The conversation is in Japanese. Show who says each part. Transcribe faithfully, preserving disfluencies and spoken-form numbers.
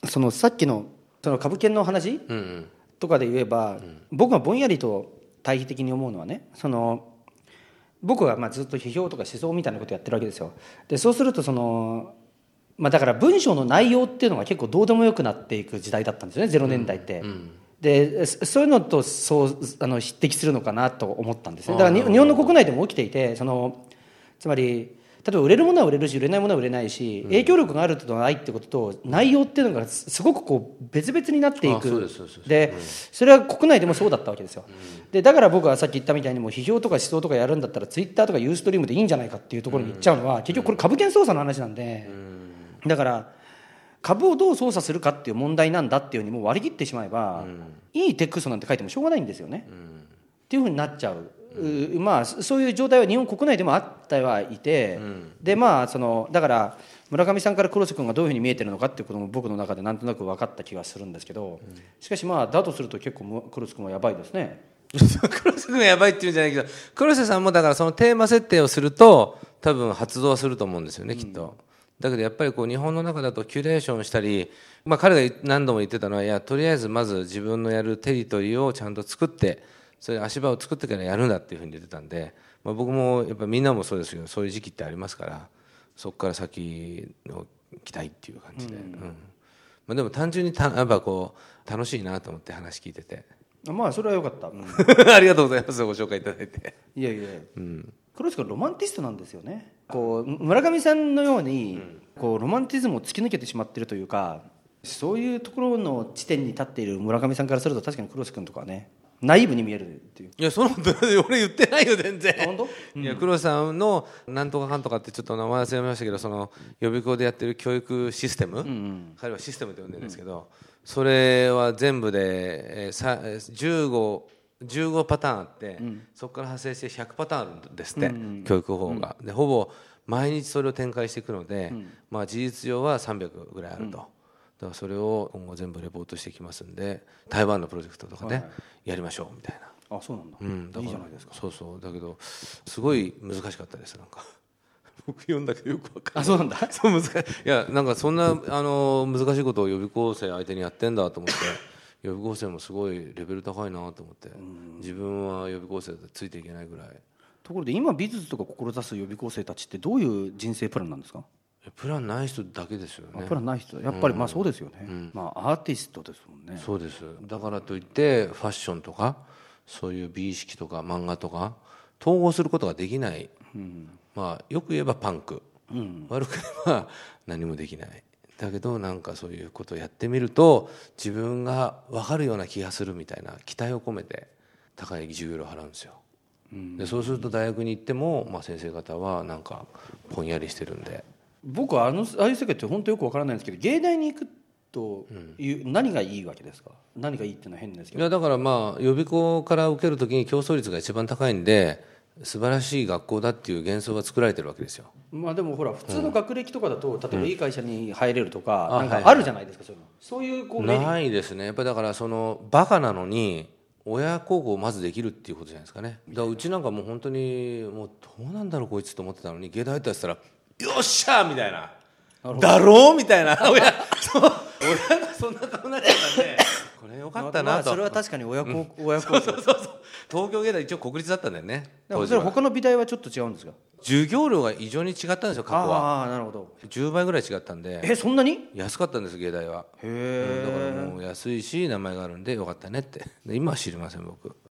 Speaker 1: そのさっきのその株券の話、うんうん、とかで言えば、うん、僕がぼんやりと対比的に思うのはね、その僕はまあずっと批評とか思想みたいなことをやってるわけですよ。でそうするとその、まあ、だから文章の内容っていうのが結構どうでもよくなっていく時代だったんですよね、ゼロねんだいって、うんうん、でそういうのとそうあの匹敵するのかなと思ったんですね。だから日本の国内でも起きていて、そのつまり例えば売れるものは売れるし売れないものは売れないし、影響力があるとないってことと内容っていうのがすごくこう別々になっていく。でそれは国内でもそうだったわけですよ。でだから僕はさっき言ったみたいにもう批評とか思想とかやるんだったらツイッターとかユーストリームでいいんじゃないかっていうところに行っちゃうのは、結局これ株券操作の話なんで、だから株をどう操作するかっていう問題なんだっていうにもう割り切ってしまえば、いいテクストなんて書いてもしょうがないんですよね、っていうふうになっちゃう。まあ、そういう状態は日本国内でもあってはいて、うん、でまあそのだから村上さんから黒瀬君がどういうふうに見えてるのかっていうことも僕の中でなんとなく分かった気がするんですけど、うん、しかしまあだとすると結構黒瀬君はやばいですね。
Speaker 2: 黒瀬君がやばいっていうんじゃないけど、黒瀬さんもだからそのテーマ設定をすると多分発動すると思うんですよね、きっと、うん、だけどやっぱりこう日本の中だとキュレーションしたり、まあ、彼が何度も言ってたのは、いやとりあえずまず自分のやるテリトリーをちゃんと作ってそれ足場を作ってからやるんだっていうふうに言ってたんで、まあ、僕もやっぱみんなもそうですけどそういう時期ってありますから、そこから先の期待っていう感じで、うんうん、まあ、でも単純にたやっぱこう楽しいなと思って話聞いてて、
Speaker 1: まあそれは良かった、うん、
Speaker 2: ありがとうございます、ご紹介いただいて。
Speaker 1: いやいや、うん、黒瀬君ロマンティストなんですよね。こう村上さんのようにこうロマンティズムを突き抜けてしまっているというか、そういうところの地点に立っている村上さんからすると確かに黒瀬君とかはねナイーブに見えるっていう。
Speaker 2: いやその俺言ってないよ全然。
Speaker 1: 本当？うん、
Speaker 2: いや黒瀬さんのなんとかかんとかってちょっと名前忘れましたけど、その予備校でやってる教育システム、うんうん、彼はシステムって呼んでるんですけど、うん、それは全部でじゅうご、じゅうごパターンあって、うん、そこから派生してひゃくパターンあるんですって、うんうん、教育法が、うん、でほぼ毎日それを展開していくので、うん、まあ、事実上はさんびゃくぐらいあると、うん、だからそれを今後全部レポートしていきますんで、台湾のプロジェクトとかでやりましょうみたいな。
Speaker 1: あ、そうなんだ、うん、だからいいじゃないですか。
Speaker 2: そうそうだけどすごい難しかったです。なんか僕読んだけどよく分かんない。
Speaker 1: あ、そうなんだ
Speaker 2: そう難しい。いやなんかそんなあの難しいことを予備校生相手にやってんだと思って予備校生もすごいレベル高いなと思って、自分は予備校生でついていけないぐらい。
Speaker 1: ところで今美術とか志す予備校生たちってどういう人生プランなんですか？
Speaker 2: プランない人だけですよね。
Speaker 1: プランない人やっぱり、うん、まあそうですよね、うん、まあアーティストですもんね。
Speaker 2: そうです。だからといってファッションとかそういう美意識とか漫画とか統合することができない、うん、まあよく言えばパンク、うん、悪く言えば何もできない。だけどなんかそういうことをやってみると自分が分かるような気がするみたいな期待を込めて高い授業料を払うんですよ。うん、でそうすると大学に行っても、まあ、先生方はなんかぼんやりしてるんで、
Speaker 1: 僕はあのああいう世界って本当よく分からないんですけど、芸大に行くという、うん、何がいいわけですか？何がいいっていうのは変ですけど。
Speaker 2: いやだからまあ予備校から受けるときに競争率が一番高いんで素晴らしい学校だっていう幻想が作られてるわけですよ。
Speaker 1: まあでもほら普通の学歴とかだと、うん、例えばいい会社に入れるとか、うん、なんかあるじゃないですか、そういうの。そういうこう
Speaker 2: ないですね。やっぱりだからそのバカなのに親孝行をまずできるっていうことじゃないですかね。だからうちなんかもう本当にもうどうなんだろうこいつと思ってたのに芸大入ったらしたらよっしゃーみたいなだろうみたいな親そう親がそんな顔になっちゃったんでこれよかったなと、まあ、
Speaker 1: それは確かに親孝、うん、親孝行。
Speaker 2: そうそうそうそう。東京芸大一応国立だったんだよね。
Speaker 1: それ他の美大はちょっと違うんですか？
Speaker 2: 授業料が異常に違ったんですよ過去は。
Speaker 1: ああなるほど。
Speaker 2: じゅうばいぐらい違ったんで。
Speaker 1: えそんなに
Speaker 2: 安かったんです芸大は。
Speaker 1: へえ、
Speaker 2: だからもう安いし名前があるんでよかったねって。で今は知りません僕。